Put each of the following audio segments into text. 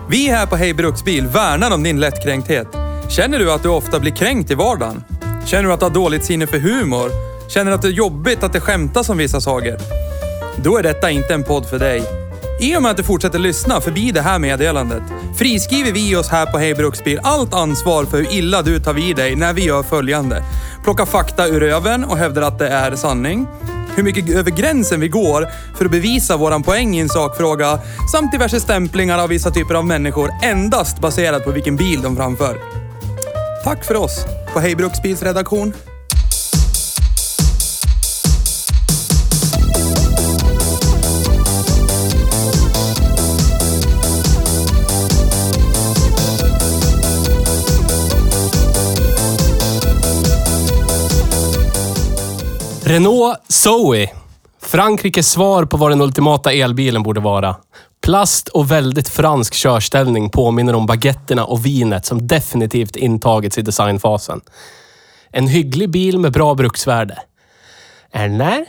Vi här på Hej Bruksbil värnar om din lättkränkthet. Känner du att du ofta blir kränkt i vardagen? Känner du att du har dåligt sinne för humor? Känner du att det är jobbigt att det skämtas om vissa saker? Då är detta inte en podd för dig. I och med att du fortsätter lyssna förbi det här meddelandet friskriver vi oss här på Hej Bruksbil allt ansvar för hur illa du tar vid dig när vi gör följande. Plocka fakta ur röven och hävdar att det är sanning. Hur mycket över gränsen vi går för att bevisa våran poäng i en sakfråga samt diverse stämplingar av vissa typer av människor endast baserat på vilken bil de framför. Tack för oss på Hej Bruksbils redaktion. Renault Zoe. Frankrikes svar på vad den ultimata elbilen borde vara. Plast och väldigt fransk körställning påminner om baguetterna och vinet som definitivt intagits i designfasen. En hygglig bil med bra bruksvärde. Eller?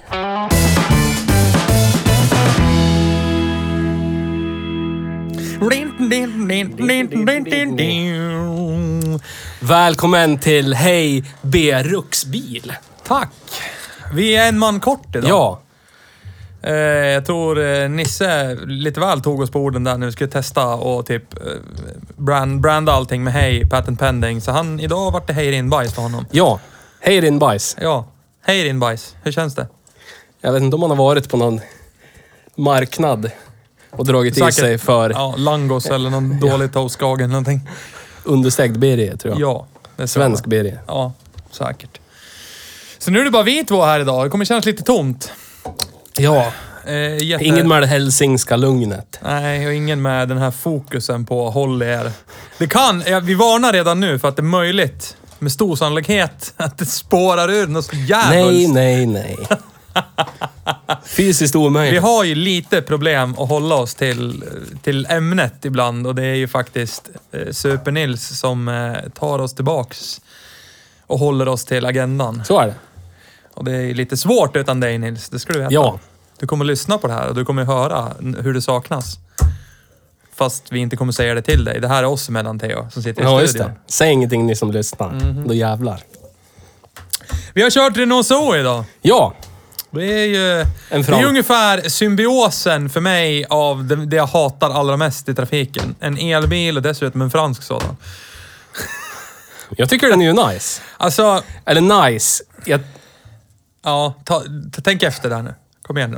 Välkommen till Hej Bruksbil. Tack. Vi är en man kort idag. Ja. Jag tror Nisse lite väl tog oss på orden där nu. Skulle testa och typ branda allting med hej, patent pending. Så idag vart det hej din bajs för honom. Ja, hej din bajs. Ja, hej din bajs. Hur känns det? Jag vet inte om man har varit på någon marknad och dragit säkert, i sig för... Ja, langos eller någon dålig toastskagen eller någonting. Understängt birge, tror jag. Ja. Det är svensk birge. Ja, säkert. Så nu är det bara vi två här idag. Det kommer kännas lite tomt. Ja. Ingen med det helsingska lugnet. Nej, och ingen med den här fokusen på håll er. Det kan, vi varnar redan nu för att det är möjligt med stor sannolikhet att det spårar ur något jävligt. Nej. Fysiskt omöjligt. Vi har ju lite problem att hålla oss till ämnet ibland och det är ju faktiskt Super-Nils som tar oss tillbaks och håller oss till agendan. Så är det. Och det är lite svårt utan dig, Nils. Det ska du veta. Ja. Du kommer lyssna på det här och du kommer höra hur det saknas. Fast vi inte kommer säga det till dig. Det här är oss emellan, Theo, som sitter i studion. Just det. Säg ingenting ni som lyssnar. Då jävlar. Vi har kört Renault Zoe idag. Ja. Det är ju det är ungefär symbiosen för mig av det jag hatar allra mest i trafiken. En elbil och dessutom en fransk sådan. Jag tycker den är ju nice. Alltså... Eller nice. Ja, tänk efter där nu. Kom igen då.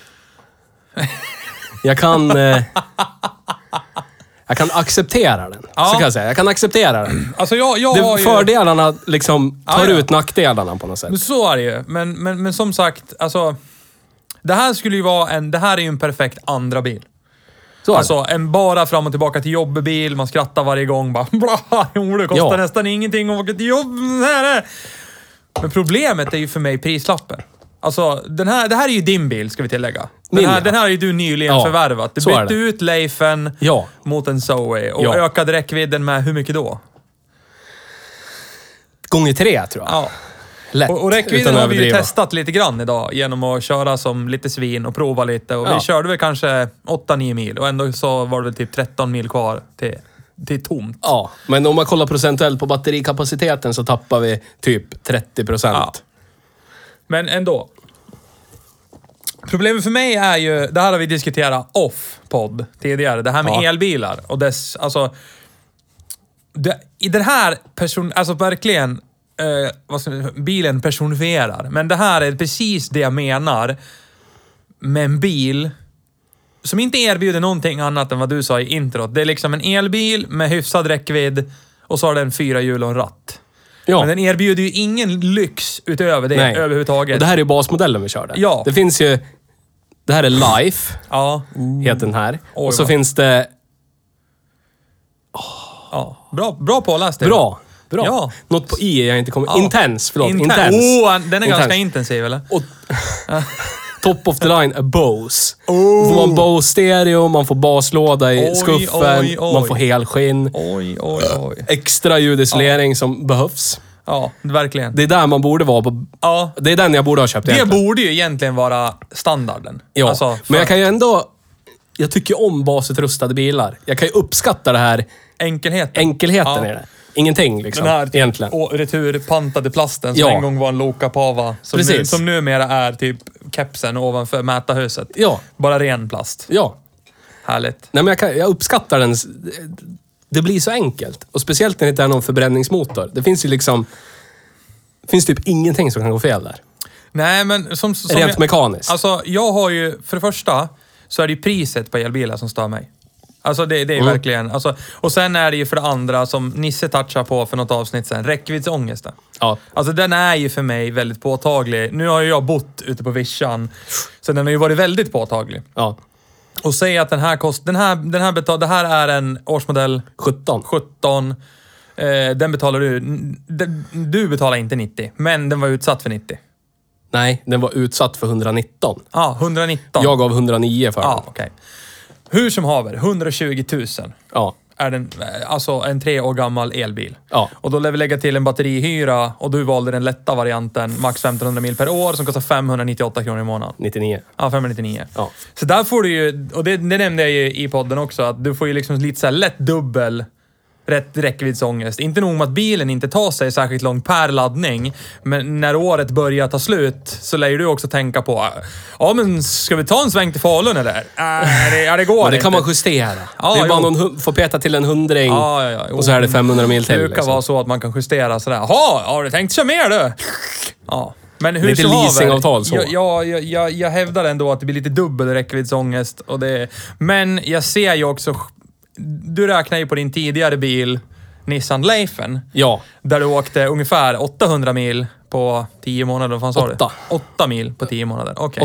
Jag kan acceptera den. Ja. Så kan jag säga. Jag kan acceptera den. Alltså jag har ju... Fördelarna liksom tar ut nackdelarna på något sätt. Men så är det ju. Men som sagt, alltså... Det här skulle ju vara det här är ju en perfekt andra bil. Så alltså en bara fram och tillbaka till jobbbil. Man skrattar varje gång. Bara, det kostar nästan ingenting att åka till jobb. Men problemet är ju för mig prislappen. Alltså, det här är ju din bil, ska vi tillägga. Den här är ju du nyligen förvärvat. Du bytte ut Leifen mot en Zoe och ökade räckvidden med hur mycket då? Gånger 3, tror jag. Ja. Lätt, och räckvidden har vi ju testat lite grann idag genom att köra som lite svin och prova lite. Och vi körde väl kanske 8-9 mil och ändå så var det väl typ 13 mil kvar till tomt. Ja, men om man kollar procentuellt på batterikapaciteten så tappar vi typ 30%. Ja. Men ändå. Problemet för mig är ju, det här har vi diskuterat off-podd tidigare, det här med elbilar och dess, alltså i den här alltså verkligen bilen personifierar, men det här är precis det jag menar med en bil som inte erbjuder någonting annat än vad du sa i introt. Det är liksom en elbil med hyfsad räckvidd och så har den 4 hjul och en ratt. Ja. Men den erbjuder ju ingen lyx utöver det överhuvudtaget. Och det här är ju basmodellen vi körde. Ja. Det finns ju... Det här är Life. Ja. Heter den här. Och så finns det... Ja. Bra påläst. Bra. Ja. Något på I jag inte kommer... Intense, förlåt. Intense. Den är ganska intensiv, eller? Och... Top of the line är Bose. Får man Bose-stereo, man får baslåda i skuffen, man får helskinn. Extra ljudisolering som behövs. Ja, verkligen. Det är där man borde vara på... Ja. Det är den jag borde ha köpt egentligen. Det borde ju egentligen vara standarden. Ja, alltså, men jag kan ju ändå... jag tycker om basutrustade bilar. Jag kan ju uppskatta det här. Enkelheten är det. Ingenting liksom, den här egentligen. Och returpantade plasten som en gång var en Loka Pava. Som numera är typ kepsen ovanför mätarhuset. Ja. Bara ren plast. Ja. Härligt. Nej, men jag uppskattar den. Det blir så enkelt. Och speciellt när det inte är någon förbränningsmotor. Det finns ju liksom... Det finns typ ingenting som kan gå fel där. Nej, men som rent mekaniskt. Alltså, jag har ju... För det första så är det ju priset på elbilar som stör mig. Alltså det är verkligen... Alltså, och sen är det ju för det andra, som Nisse touchar på för något avsnitt sen, räckviddsångesten. Ja. Alltså den är ju för mig väldigt påtaglig. Nu har ju jag bott ute på Vischan, så den har ju varit väldigt påtaglig. Ja. Och säg att den här det här är en årsmodell 17. Den betalar du betalar inte 90, men den var utsatt för 90. Nej, den var utsatt för 119. Ja, 119. Jag gav 109 för den. Ja, okej. Hur som haver, 120 000 är den, alltså en 3 år gammal elbil. Ja. Och då lär vi lägga till en batterihyra och du valde den lätta varianten, max 1500 mil per år, som kostar 598 kronor i månaden. 99. Ja, 599. Ja. Så där får du ju, och det nämnde jag ju i podden också, att du får ju liksom lite så här lätt dubbel räckviddsångest. Inte nog med att bilen inte tar sig särskilt långt per laddning, men när året börjar ta slut så lär du också tänka på, ja men ska vi ta en sväng till Falun eller? Det går men det inte. kan man justera. Ja, det är bara någon får peta till en 100 och så är det 500 mil till. Det brukar vara så att man kan justera sådär. Jaha, har du tänkt köra mer du? Ja. Men hur lite leasingavtal så. Jag hävdar ändå att det blir lite dubbel räckviddsångest. Men jag ser ju också... Du räknar ju på din tidigare bil, Nissan Leifen. Ja. Där du åkte ungefär 800 mil på 10 månader. Vad fan sa du? 8 mil på 10 månader. Okej.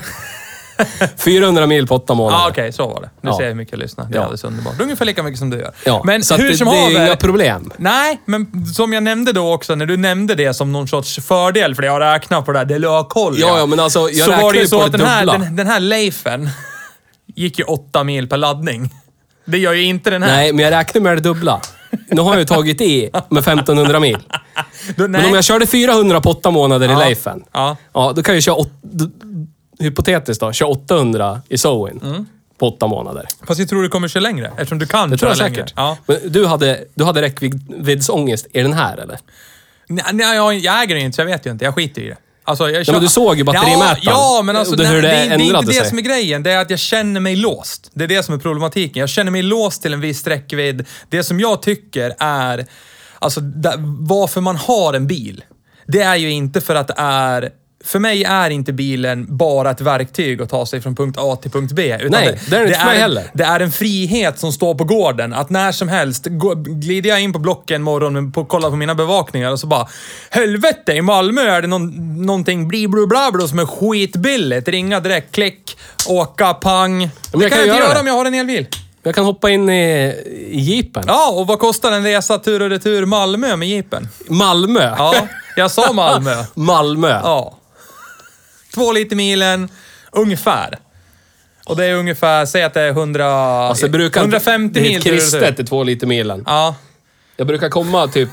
400 mil på 8 månader. Okej, så var det. Nu ser jag hur mycket jag lyssnar. Det är alldeles underbart. Ungefär lika mycket som du gör. Ja. Men så hur som det haver, är inga problem. Nej, men som jag nämnde då också, när du nämnde det som någon sorts fördel, för jag har räknat på det där, det låg koll. Ja, men alltså, jag så var det ju så att den här Leifen gick ju 8 mil per laddning. Det gör ju inte den här. Nej, men jag räknar med det dubbla. Nu har jag ju tagit i med 1500 mil. Men om jag körde 400 på 8 månader i Leifen. Ja, då kan jag köra hypotetiskt då, köra 800 i Zoen på 8 månader. Fast jag tror du kommer köra längre, eftersom du kan köra längre. Säkert. Ja. Men du hade räckviddsångest i den här, eller? Nej, jag äger den inte, så jag vet ju inte. Jag skiter i det. Alltså, men du såg ju batterimätaren. Ja, men alltså, hur det är inte det sig. som är grejen. Det är att jag känner mig låst. Det är det som är problematiken. Jag känner mig låst till en viss räckvidd. Det som jag tycker är... Alltså, varför man har en bil. Det är ju inte för att det är... För mig är inte bilen bara ett verktyg att ta sig från punkt A till punkt B. Utan nej, det är inte för mig heller. Det är en frihet som står på gården. Att när som helst glider jag in på Blocket en morgon och kollar på mina bevakningar och så bara, helvete, i Malmö är det någonting bliblu som är skitbilligt. Ringa direkt, klick, åka, pang. Men det kan jag inte göra om jag har en elbil. Jag kan hoppa in i jeepen. Ja, och vad kostar en resa tur och retur Malmö med jeepen? Malmö? Ja, jag sa Malmö. Malmö? Ja. 2 liter milen, ungefär. Och det är ungefär, säg att det är 150 mil. Det är kristet i 2 liter milen. Ja. Jag brukar komma typ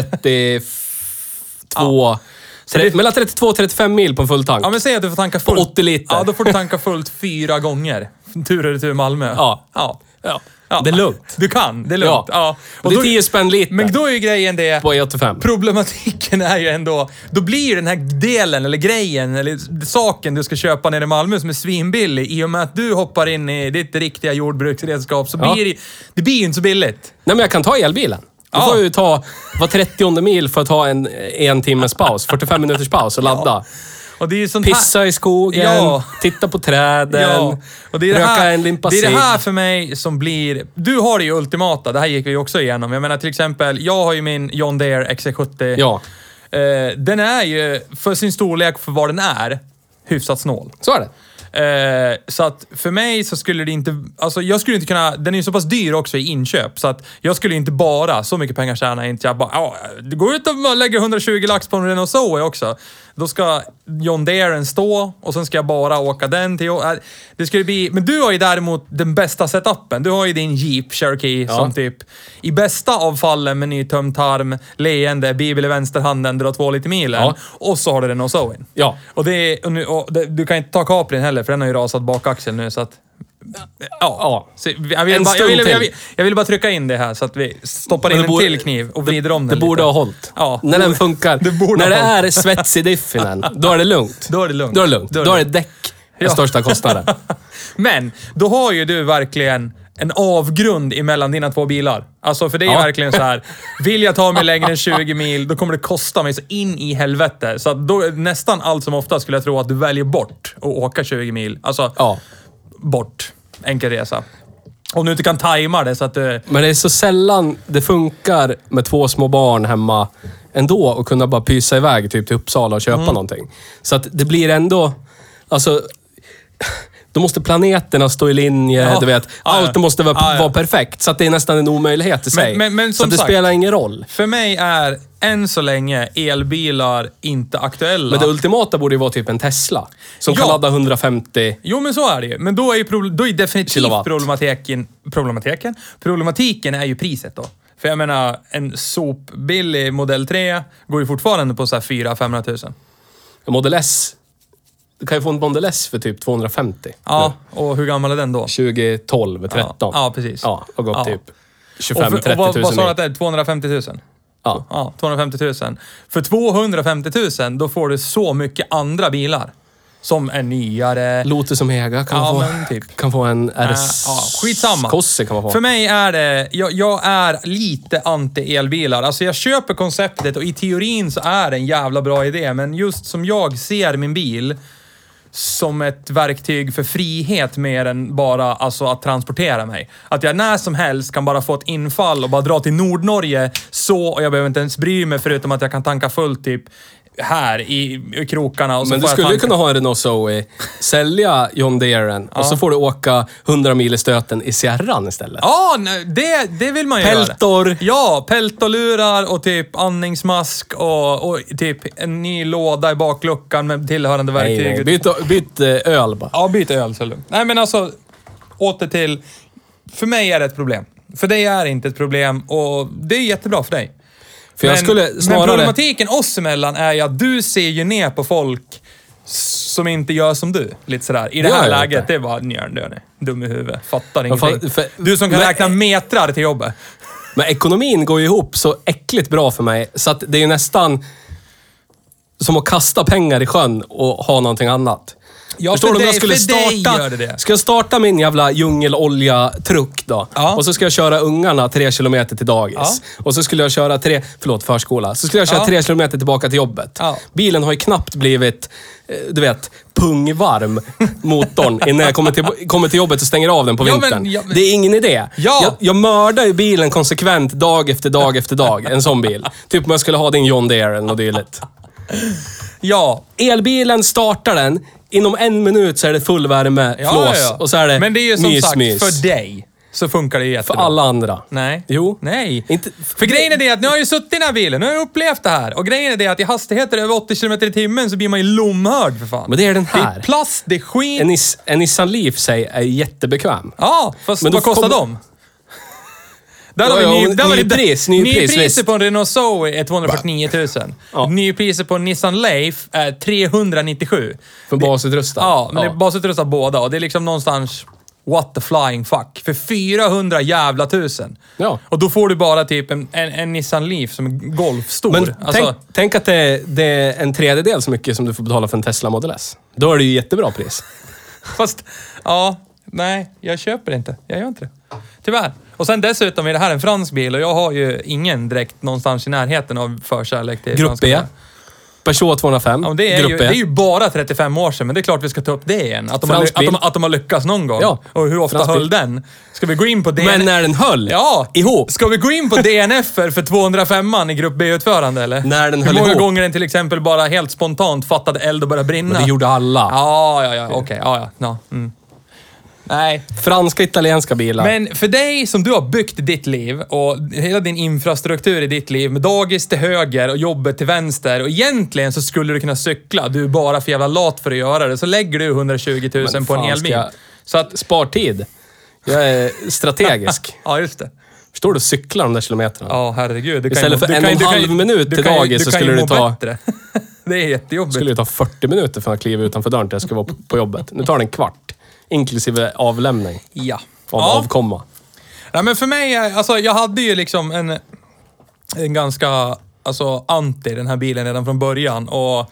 32... mellan 32 och 35 mil på en full tank. Ja, men säg att du får tanka fullt. På 80 liter. Ja, då får du tanka fullt 4 gånger. Tur och retur Malmö. Ja. Det är lugnt. Du kan, det är lugnt. Ja. Och det är 10 spänn liter. Men då är ju grejen det... På E85. Problematiken är ju ändå... Då blir ju den här delen, eller grejen, eller saken du ska köpa nere i Malmö som är svinbillig. I och med att du hoppar in i ditt riktiga jordbruksredskap så blir det blir ju inte så billigt. Nej, men jag kan ta elbilen. Då får jag ju ta var 30:e mil för att ta en timmes paus. 45 minuters paus och ladda. Ja. Och det är sånt pissa i skogen, titta på träden, och det är röka en limpa cigg. Det är det här för mig som blir... Du har det ju ultimata, det här gick vi ju också igenom. Jag menar till exempel, jag har ju min John Deere XC70. Ja. Den är ju, för sin storlek, för vad den är, hyfsat snål. Så är det. Så att för mig så skulle det inte... Alltså jag skulle inte kunna... Den är ju så pass dyr också i inköp. Så att jag skulle inte bara... Så mycket pengar tjänar inte jag bara... det går ut och lägger 120 lax på en Renault Zoe också. Då ska John Deere stå och sen ska jag bara åka den till... Det skulle bli... Men du har ju däremot den bästa setupen. Du har ju din Jeep Cherokee som typ... I bästa av fallen med nytömd tarm, leende, bibel i vänsterhanden, dra 2 liter milen. Ja. Och så har du Renault Zoe. Ja. Och du kan inte ta Caprin heller, för den har ju rasat bakaxeln nu, så att... Ja. Så jag vill bara trycka in det här så att vi stoppar in en till kniv och vrider om den Det borde lite. ha hållit. Ja. När den funkar. När det är svets i diffinen, då är det lugnt. Då är det lugnt. Då är det däck den största kostnaden. Men, då har ju du verkligen en avgrund emellan dina två bilar. Alltså, för det är verkligen så här. Vill jag ta mig längre än 20 mil, då kommer det kosta mig så in i helvete. Så att då, nästan allt som ofta skulle jag tro att du väljer bort att åka 20 mil. Alltså, bort. Enkel resa. Om du inte kan tajma det så att du... Men det är så sällan det funkar med 2 små barn hemma ändå och kunna bara pysa iväg typ till Uppsala och köpa någonting. Så att det blir ändå... Alltså... Då måste planeterna stå i linje, du vet. Allt måste vara perfekt. Så att det är nästan en omöjlighet i sig. Men så att det sagt, spelar ingen roll. För mig är än så länge elbilar inte aktuella. Men det ultimata borde ju vara typ en Tesla. Som kan ladda 150... Jo, men så är det ju. Men då är definitivt kilowatt. Problematiken är ju priset då. För jag menar, en sopbillig Model 3 går ju fortfarande på så här 400-500 000. Model S... Du kan ju få en Model S för typ 250. Ja, och hur gammal är den då? 2012, 13. Ja, precis. Ja, och gått typ 25-30 000. Vad sa du att det är? 250 000? Ja. 250 000. För 250 000, då får du så mycket andra bilar. Som är nyare. Lotus Omega kan få en RS... skitsamma. Kosse kan man få. För mig är det... Jag är lite anti-elbilar. Alltså jag köper konceptet och i teorin så är det en jävla bra idé. Men just som jag ser min bil som ett verktyg för frihet mer än bara alltså, att transportera mig. Att jag när som helst kan bara få ett infall och bara dra till Nordnorge så och jag behöver inte ens bry mig förutom att jag kan tanka fullt typ här i krokarna. Och så men du skulle ju kunna ha en Renault Zoe, sälja John Deeren och så får du åka 100 mil i stöten i Sierran istället. Ja, det vill man ju Peltor. göra. Ja, peltorlurar och typ andningsmask och typ en ny låda i bakluckan med tillhörande verktyg. Nej. Byt öl bara. Ja, byt öl så lugnt. Nej, men alltså åter till... För mig är det ett problem. För dig är det inte ett problem och det är jättebra för dig. För jag skulle snarare... Men problematiken oss emellan är ju att du ser ju ner på folk som inte gör som du. Lite sådär. I det här läget, inte. Det är bara dum i huvudet. Fattar ingenting. Du som kan räkna metrar till jobbet. Men ekonomin går ju ihop så äckligt bra för mig. Så att det är nästan som att kasta pengar i sjön och ha någonting annat. Ja, förstår du om jag skulle starta min jävla djungelolja-truck då. Ja. Och så ska jag köra ungarna 3 kilometer till dagis. Ja. Och så skulle jag köra förskola. Så skulle jag köra 3 kilometer tillbaka till jobbet. Ja. Bilen har ju knappt blivit, du vet, pungvarm, motorn, innan jag kommer till jobbet och stänger av den på vintern. Men, det är ingen idé. Ja. Jag mördar ju bilen konsekvent dag efter dag efter dag. En sån bil. Typ om jag skulle ha din John Deere eller något dylikt. Ja. Elbilen startar den. Inom 1 minut så är det full värme, flås. Ja. Och så är det men det är ju som sagt, för dig så funkar det jättebra. För alla andra. Nej. Jo. Nej. Inte, för grejen är det att nu har jag ju suttit i den här bilen. Nu har jag upplevt det här. Och grejen är det att i hastigheter över 80 km i timmen så blir man ju lomhörd för fan. Men det är den här. Det är plast, det är skit. En Nissan Leaf sig är jättebekväm. Ja, fast vad kostar de? Där har vi nypriset på en Renault Zoe är 249 000. Ja. Nypriset på en Nissan Leaf är 397. För basutrustad. Ja, men det är basutrustad båda. Och det är liksom någonstans what the flying fuck. För 400 jävla tusen. Ja. Och då får du bara typ en Nissan Leaf som är golfstor. Men alltså, tänk att det är en 1/3 så mycket som du får betala för en Tesla Model S. Då är det ju jättebra pris. Fast, nej, jag köper inte. Jag gör inte det. Tyvärr. Och sen dessutom är det här en fransk bil och jag har ju ingen direkt någonstans i närheten av förkärlek till Grupp B. Peugeot 205. Ja, det är ju bara 35 år sedan, men det är klart vi ska ta upp det igen. Att de har lyckats någon gång. Ja. Och hur ofta höll den? Ska vi gå in på DNF? Men när den höll? Ihop. Ska vi gå in på DNF för 205 i grupp B-utförande, eller? När den höll ihop. Hur många gånger den till exempel bara helt spontant fattade eld och började brinna? Men det gjorde alla. Okej. Nej. Franska, italienska bilar. Men för dig som du har byggt ditt liv och hela din infrastruktur i ditt liv med dagis till höger och jobbet till vänster och egentligen så skulle du kunna cykla. Du är bara för jävla lat för att göra det. Så lägger du 120 000 på en elbil. Så att spartid. Jag är strategisk. Ja, just det. Förstår du? Cykla de där kilometerna. Ja, herregud. Istället för 1,5 minut till dagis så skulle du ta... Det är jättejobbigt. Skulle det ta 40 minuter för att kliva utanför dörren till jag ska vara på jobbet. Nu tar det en kvart. Inklusive avlämning. Ja. Avkomma. Nej, men för mig, alltså jag hade ju liksom en ganska anti den här bilen redan från början. Och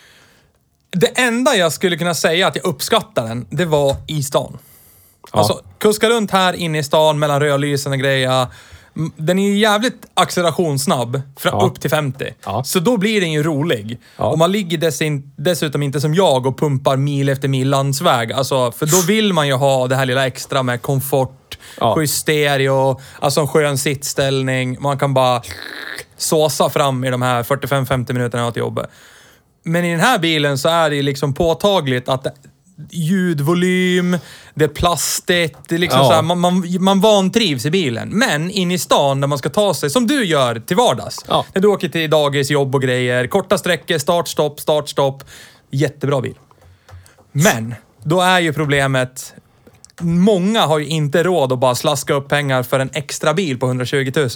det enda jag skulle kunna säga att jag uppskattar den, det var i stan. Ja. Alltså, kuska runt här inne i stan mellan rödlysen och grejer. Den är ju jävligt accelerationssnabb upp till 50. Ja. Så då blir den ju rolig. Ja. Och man ligger dessutom inte som jag och pumpar mil efter mil landsväg. Alltså, för då vill man ju ha det här lilla extra med komfort, schysst stereo, alltså en skön sittställning. Man kan bara såsa fram i de här 45-50 minuterna jag har till jobbet. Men i den här bilen så är det liksom påtagligt att ljudvolym, det är plastigt, det är liksom så här, man vantrivs i bilen. Men in i stan där man ska ta sig, som du gör till vardags. Ja. När du åker till dagis, jobb och grejer, korta sträckor, start-stopp. Jättebra bil. Men, då är ju problemet, många har ju inte råd att bara slaska upp pengar för en extra bil på 120 000.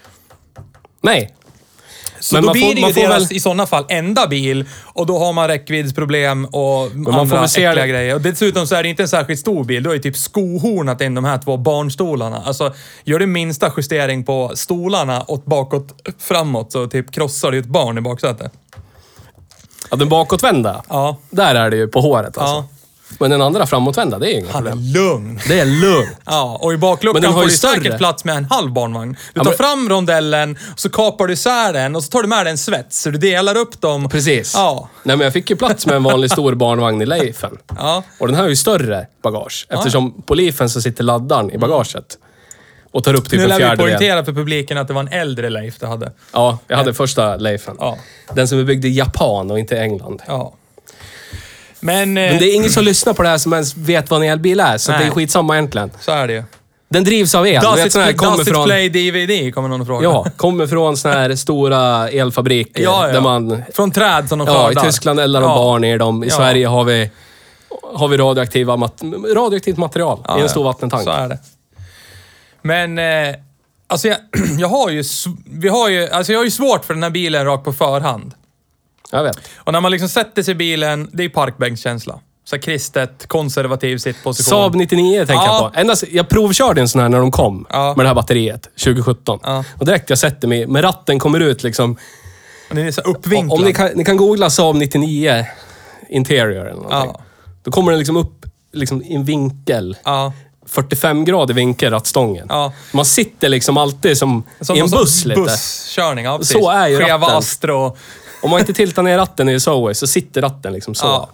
Nej. Så men då blir det ju deras, i sådana fall, enda bil. Och då har man räckviddsproblem och andra äckliga grejer. Och dessutom så är det inte en särskilt stor bil. Du har ju typ skohornat in de här 2 barnstolarna. Alltså, gör du minsta justering på stolarna åt bakåt framåt så typ krossar du ett barn i baksätet. Ja, den bakåtvända. Ja. Där är det ju på håret alltså. Ja. Men den andra framåtvända, det är inga problem. Han är lugn. Det är lugnt. Ja, och i bakluckan får du säkert plats med en halv barnvagn. Du tar fram rondellen, så kapar du isär den och så tar du med den svets. Så du delar upp dem. Precis. Ja. Nej, men jag fick ju plats med en vanlig stor barnvagn i Leifen. Ja. Och den här är ju större bagage. Eftersom på Leifen så sitter laddaren i bagaget. Och tar upp typ en fjärdedel. Nu lär vi poängtera för publiken att det var en äldre Leif du hade. Ja, jag hade första Leifen. Ja. Den som är byggd i Japan och inte England. Ja. Men det är ingen som lyssnar på det här som ens vet vad en elbil är. Så det är skitsamma egentligen. Så är det ju. Den drivs av el. Does it play DVD? Kommer någon att fråga. Ja, kommer från såna här stora elfabriker. Ja. Där man, från träd som de skördar. Ja, i Tyskland eldar de barn i dem. I Sverige har vi radioaktivt material i en stor vattentank. Så är det. Men alltså jag har ju svårt för den här bilen rakt på förhand. Jag vet. Och när man liksom sätter sig i bilen, det är parkbänkskänsla. Så kristet, konservativ sittposition. Saab 99 tänker jag på. Jag provkörde en sån här när de kom. Med det här batteriet, 2017. Och direkt jag sätter mig, med ratten kommer ut liksom. Och den är så uppvinklad. Om ni kan googla Saab 99 interior eller någonting. Då kommer den liksom upp liksom i en vinkel. 45-gradig vinkel, rattstången. Man sitter liksom alltid som i en buss lite. Busskörning, ja, precis. Så är ju Skeva ratten. Astro. Om man inte tiltar ner ratten i Zoe så sitter ratten liksom så. Ja.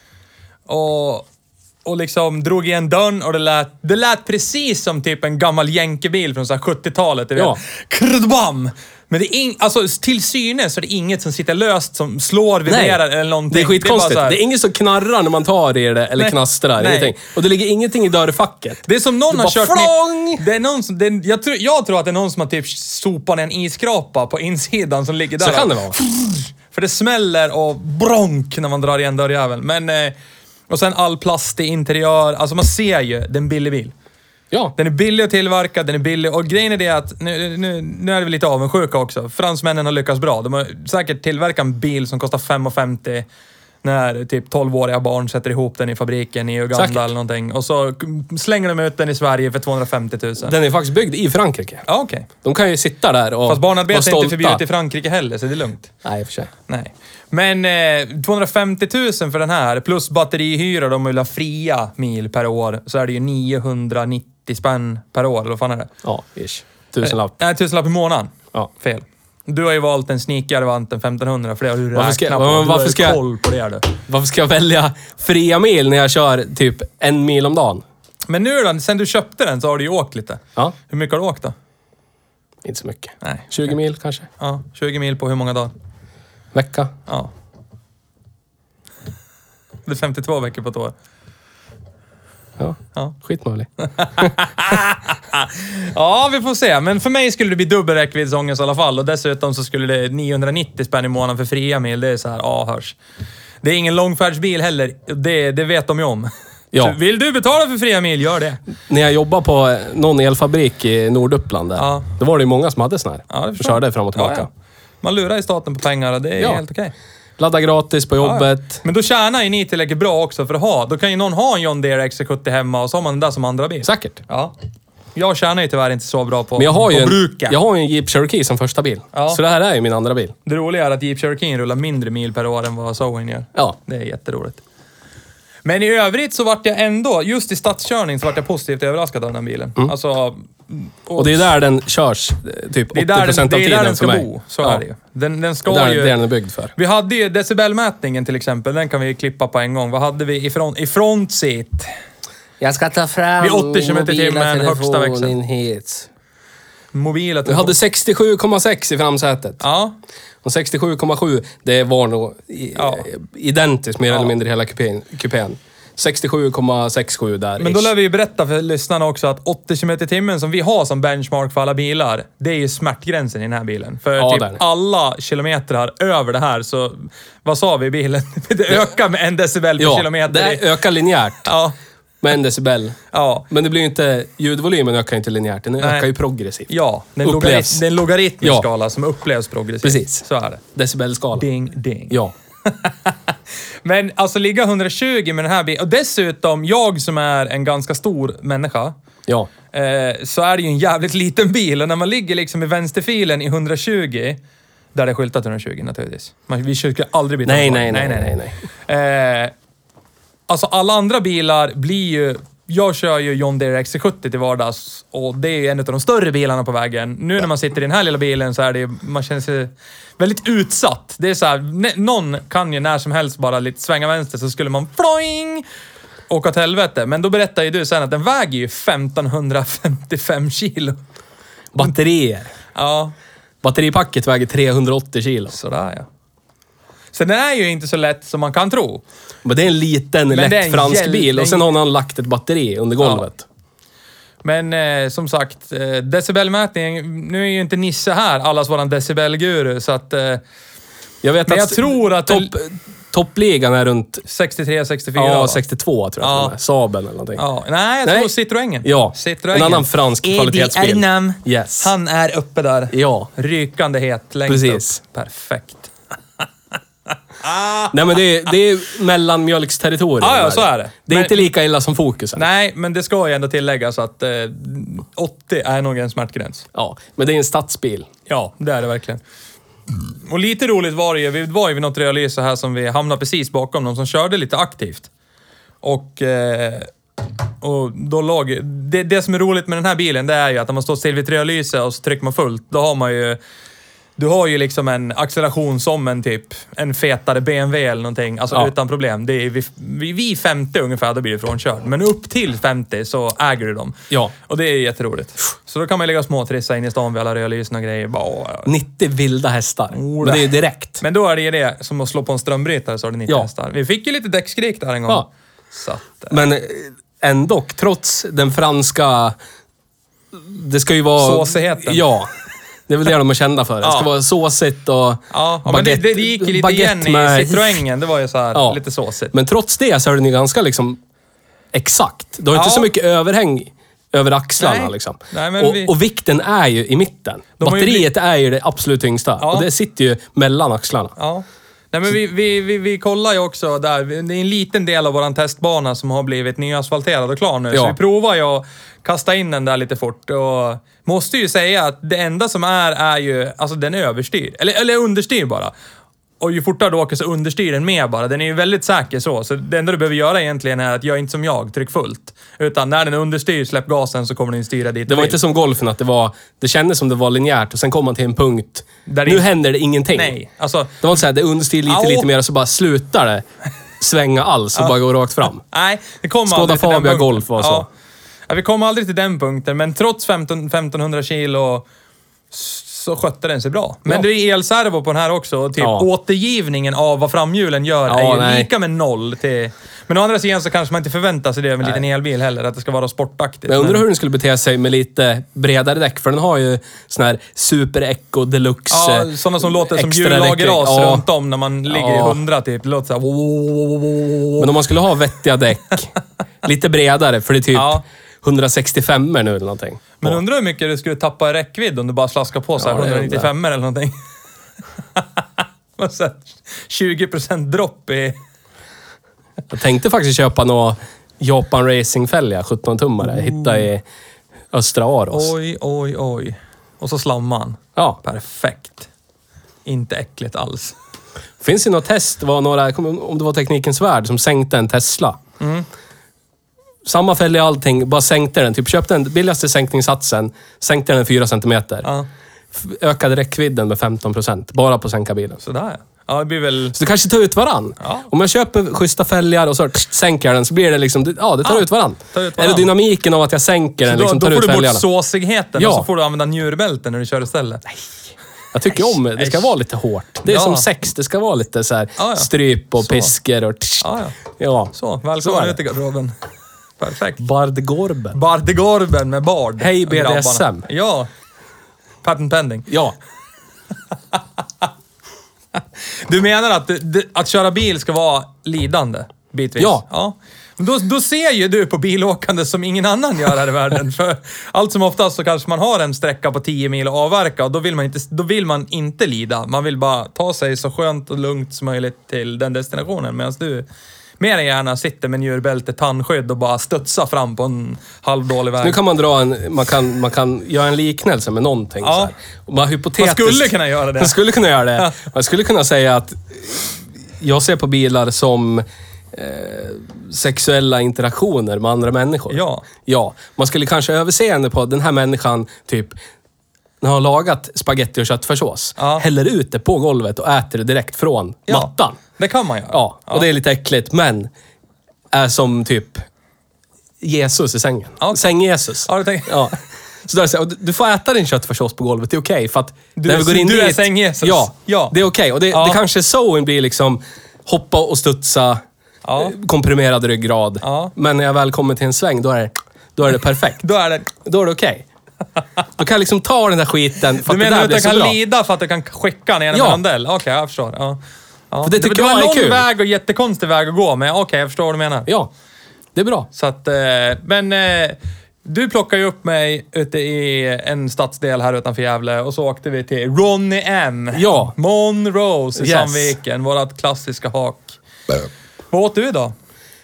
Och liksom drog igen dörren och det lät precis som typ en gammal jänkebil från så här 70-talet. Ja. Krdbam! Men det är alltså till synes så är det inget som sitter löst som slår, vibrerar eller någonting. Det är skitkonstigt. Det är inget som knarrar när man tar i det eller knastrar. Ingenting. Och det ligger ingenting i dörrfacket. Det är som någon har kört ner. Det är någon som, jag tror att det är någon som har typ sopat en iskrapa på insidan som ligger där. Så kan det vara. För det smäller och bronk när man drar igen dörrjäveln. Men och sen all plast i interiör. Alltså man ser ju, det är en billig bil. Ja. Den är billig att tillverka, den är billig. Och grejen är det att, nu är det lite avundsjuka också. Fransmännen har lyckats bra. De har säkert tillverkat en bil som kostar 5,50 när typ 12-åriga barn sätter ihop den i fabriken i Uganda eller någonting. Och så slänger de ut den i Sverige för 250 000. Den är faktiskt byggd i Frankrike. Ja, okej. De kan ju sitta där och fast barnarbete är inte förbjudet i Frankrike heller, så det är lugnt. Nej, i och för sig. Nej. Men 250 000 för den här, plus batterihyra, de vill ha fria mil per år, så är det ju 990 spänn per år, eller vad fan är det? Ja, ish. 1000-lapp. Nej, 1000-lapp i månaden. Ja. Fel. Du har ju valt en sneakare vant en 1500 för det har du räknat på. Varför ska jag koll på det du. Varför ska jag välja fria mil när jag kör typ 1 mil om dagen? Men nu då, sen du köpte den så har du ju åkt lite. Ja. Hur mycket har du åkt då? Inte så mycket. Nej. 20 mil kanske. Ja, 20 mil på hur många dagar? Vecka. Ja. Det är 52 veckor på ett år. Ja. Skitmöjlig. Ja, vi får se. Men för mig skulle det bli dubbel räckviddsångest i alla fall. Och dessutom så skulle det 990 spänn i månaden för fria mil. Det är så här, hörs. Det är ingen långfärdsbil heller. Det vet de ju om. Ja. Vill du betala för fria mil, gör det. När jag jobbade på någon elfabrik i Norduppland där, då var det ju många som hade sån här. Ja, det körde fram och tillbaka. Ja. Man lurar i staten på pengar och det är helt okej. Ladda gratis på jobbet. Men då tjänar ju ni tillräckligt bra också för att ha. Då kan ju någon ha en John Deere XC70 hemma och så har man den där som andra bil. Säkert. Ja. Jag tjänar ju tyvärr inte så bra på, Men jag har ju bruka. jag har ju en Jeep Cherokee som första bil. Ja. Så det här är ju min andra bil. Det roliga är att Jeep Cherokee rullar mindre mil per år än vad Zoen gör. Ja. Det är jätteroligt. Men i övrigt så vart jag ändå, just i stadskörning så vart jag positivt överraskad av den bilen. Alltså... Och det är där den körs typ 80% av tiden det är där den ska för mig. bo. Så är det ju. Den ska det är ju... det den är byggd för. Vi hade ju decibelmätningen till exempel. Den kan vi klippa på en gång. Vad hade vi i front seat? Jag ska ta fram vid 80 km/h högsta växeln. Mobila Vi hade 67,6 i framsätet. Ja. Och 67,7, det var nog identiskt mer eller mindre hela kupén. 67,67 där. Men då lär vi ju berätta för lyssnarna också att 80 km/h som vi har som benchmark för alla bilar, det är ju smärtgränsen i den här bilen. För typ alla kilometrar över det här så, vad sa vi i bilen? Det ökar med 1 decibel per kilometer. Det ökar linjärt. Ja. Med 1 decibel. Ja. Men det blir ju inte, ljudvolymen ökar inte linjärt, den ökar ju progressivt. Ja, det är en logaritmisk skala som upplevs progressivt. Precis. Så är det. Decibelskala. Ding, ding. Ja. Men alltså ligga 120 med den här bilen. Och dessutom, jag som är en ganska stor människa. Ja. Så är det ju en jävligt liten bil. Och när man ligger liksom i vänsterfilen i 120... Där det är skyltat 120 naturligtvis. Vi skulle aldrig byta. Nej. Alltså alla andra bilar blir ju... Jag kör ju John Deere XC70 till vardags. Och det är en av de större bilarna på vägen. Nu när man sitter i den här lilla bilen så är det... Man känner sig väldigt utsatt. Det är så här... Någon kan ju när som helst bara lite svänga vänster så skulle man... Ploing! Åka till helvete. Men då berättar ju du sen att den väger ju 1555 kilo. Batterier. Ja. Batteripacket väger 380 kilo. Sådär ja. Så den är ju inte så lätt som man kan tro. Men det är en liten, lätt fransk bil. Och sen har han lagt ett batteri under golvet. Ja. Men som sagt, decibelmätning. Nu är ju inte Nisse här, allas våran decibelguru. Så att... Jag vet men att jag tror att... Toppligan är runt... 63-64. Ja, 62 tror jag. Ja. Saben eller någonting. Ja. Nej, jag tror Citroën. Ja, Citroën. En annan fransk kvalitetsbil. Ernam. Yes. Han är uppe där. Ja. Rykande het längst precis. Upp. Perfekt. Nej, men det är mellanmjölksterritorium. Ja, så är det. Det är inte lika illa som Focusen. Nej, men det ska ju ändå tilläggas att 80 är nog en smärtgräns. Ja, men det är en stadsbil. Ja, det är det verkligen. Och lite roligt var det ju, vi var ju vid något rödlyse här som vi hamnade precis bakom någon som körde lite aktivt. Och då låg... Det som är roligt med den här bilen, det är ju att när man står still vid ett rödlyse och så trycker man fullt, då har man ju... Du har ju liksom en acceleration som en fetare BMW eller någonting. Alltså utan problem. Det är vid 50 ungefär, då blir det frånkörd. Men upp till 50 så äger du dem. Ja. Och det är jätteroligt. Så då kan man lägga småtrissa in i stan vid alla rödlysen och grejer. 90 vilda hästar. Men det är ju direkt. Men då är det ju det som att slå på en strömbrytare, så är det 90 hästar. Vi fick ju lite däckskrik där en gång. Ja. Så att, men ändå, trots den franska... Det ska ju vara... Såsigheten. Ja. Det är väl det de är kända för. Det ska vara såsigt och baguette, men det gick ju lite igen i Citroën. Det var ju så här lite såsigt. Men trots det så är den ju ganska liksom exakt. Du har inte så mycket överhäng över axlarna. Nej. Liksom. Nej, men och vikten är ju i mitten. Batteriet är ju det absolut tyngsta. Och det sitter ju mellan axlarna. Ja. Nej, men vi kollar ju också där. Det är en liten del av våran testbana som har blivit nyasfalterad och klar nu. Ja. Så vi provar ju att kasta in den där lite fort. Och måste ju säga att det enda som är ju... Alltså den är överstyrd. Eller understyrd bara. Och ju fortare du åker så understyr den med bara. Den är ju väldigt säker så. Så det enda du behöver göra egentligen är att göra inte som jag, tryck fullt. Utan när den understyr, släpp gasen så kommer den styra dit. Det var inte som golfen att det kändes som det var linjärt och sen kom man till en punkt. Där nu händer det ingenting. Nej, alltså... Det var så här, det understyr lite mer och så bara slutar det svänga alls och bara gå rakt fram. Nej, det kommer Skoda Fabia Golf var så. Ja, vi kom aldrig till den punkten, men trots 1500 kilo så skötte den sig bra. Men det är elservo på den här också. Typ återgivningen av vad framhjulen gör är ju lika med 0 till... Men å andra sidan så kanske man inte förväntar sig det av en liten elbil heller, att det ska vara sportaktigt. Men jag undrar hur den skulle bete sig med lite bredare däck, för den har ju sån här Super Eco Deluxe. Ja, sådana som låter som hjullagerras runt om när man ligger i 100 typ. Det låter så här... Men om man skulle ha vettiga däck, lite bredare, för det är typ 165 nu eller någonting. Men undrar hur mycket du skulle tappa i räckvidd om du bara slaskar på så här 195 eller någonting. Och så 20% dropp i... Jag tänkte faktiskt köpa några Japan Racing-fälgar, 17-tummare. Hitta i Östra Aros. Oj. Och så slamman. Ja. Perfekt. Inte äckligt alls. Finns ju något test, om det var Teknikens Värld, som sänkte en Tesla. Samma fälla i allting, bara sänkte den. Typ köpte den billigaste sänkningssatsen, sänkte den 4 centimeter. Ja. Ökade räckvidden med 15%, bara på att sänka bilen. Sådär. Ja, det blir väl... Så det kanske tar ut varann. Ja. Om jag köper schyssta fälgar och så sänker jag den, så blir det liksom... Ja, det tar ut varann. tar ut varann. Eller dynamiken av att jag sänker den, liksom Då tar får ut du bort fälgarna. såsigheten Ja. och så får du använda njurbälten när du kör istället. Nej. Jag tycker om det. Det ska vara lite hårt. Det är som sex. Det ska vara lite så här stryp och pisker och... Ja. Så, välkommen ut i garderoben. Perfekt. Bardgorben. Bardegorben med bard. Hej BDSM. Grabbarna. Ja. Patent pending. Ja. Du menar att köra bil ska vara lidande bitvis? Ja. Då ser ju du på bilåkande som ingen annan gör här i världen. För allt som oftast så kanske man har en sträcka på 10 mil att avverka och då vill man inte lida. Man vill bara ta sig så skönt och lugnt som möjligt till den destinationen. Medan du mer än gärna sitter med njurbälte, tandskydd och bara studsa fram på en halvdålig väg. Nu kan man dra man kan göra en liknelse med någonting. Ja. Så här. Och bara hypotetiskt. Man skulle kunna göra det. Man skulle kunna göra det. Man skulle kunna säga att jag ser på bilar som sexuella interaktioner med andra människor. Ja. Man skulle kanske överseende på den här människan typ när har lagat spaghetti och köttfärssås. Ja. Häller ut det på golvet och äter det direkt från mattan. Det kan man göra. Ja, och det är lite äckligt, men är som typ Jesus i sängen. Okay. Säng-Jesus. Ja. Så där, och du får äta din köttfärssås på golvet, det är okej. För att när vi går in du är dit, säng-Jesus. Ja, det är okej. Och det kanske så blir liksom hoppa och studsa, komprimerad ryggrad. Ja. Men när jag väl kommer till en sväng, då är det perfekt. Då är det okej. Du kan liksom ta den där skiten för att det där blir så bra. Du menar att du kan bra. lida för att du kan skicka ner en rondell? Okej, jag förstår. Ja. För det tycker jag är kul. Det var en lång väg och jättekonstig väg att gå, men okej, jag förstår vad du menar. Ja, det är bra. Så att, men du plockade ju upp mig ute i en stadsdel här utanför Gävle och så åkte vi till Ronny M. Ja. Monrose i Sandviken, vårat klassiska hak. Vad åt du idag?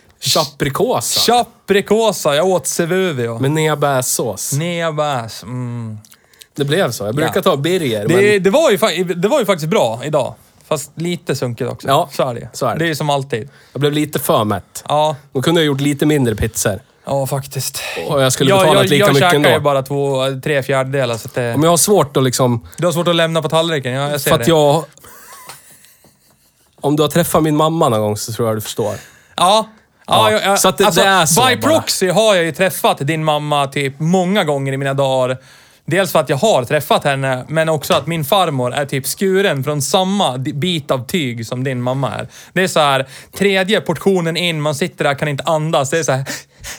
Chaprikosa. Jag åt Sevuvio. Med neabässås. Neabäs. Det blev så. Jag brukar ta birger. Det var ju faktiskt bra idag. Fast lite sunkigt också. Ja, så är det. Det är ju som alltid. Jag blev lite för mätt. Ja. Man kunde ha gjort lite mindre pizzor. Ja, faktiskt. Och jag skulle betalat lika mycket ändå. Jag käkar ju bara 3/4. Så att det... Om jag har svårt att liksom... Du har svårt att lämna på tallriken, jag ser för att om du har träffat min mamma någon gång så tror jag du förstår. Ja. Så att det är så by proxy har jag ju träffat din mamma typ många gånger i mina dagar. Dels för att jag har träffat henne, men också att min farmor är typ skuren från samma bit av tyg som din mamma är. Det är så här, 3:e portionen in, man sitter där, kan inte andas. Det är så här...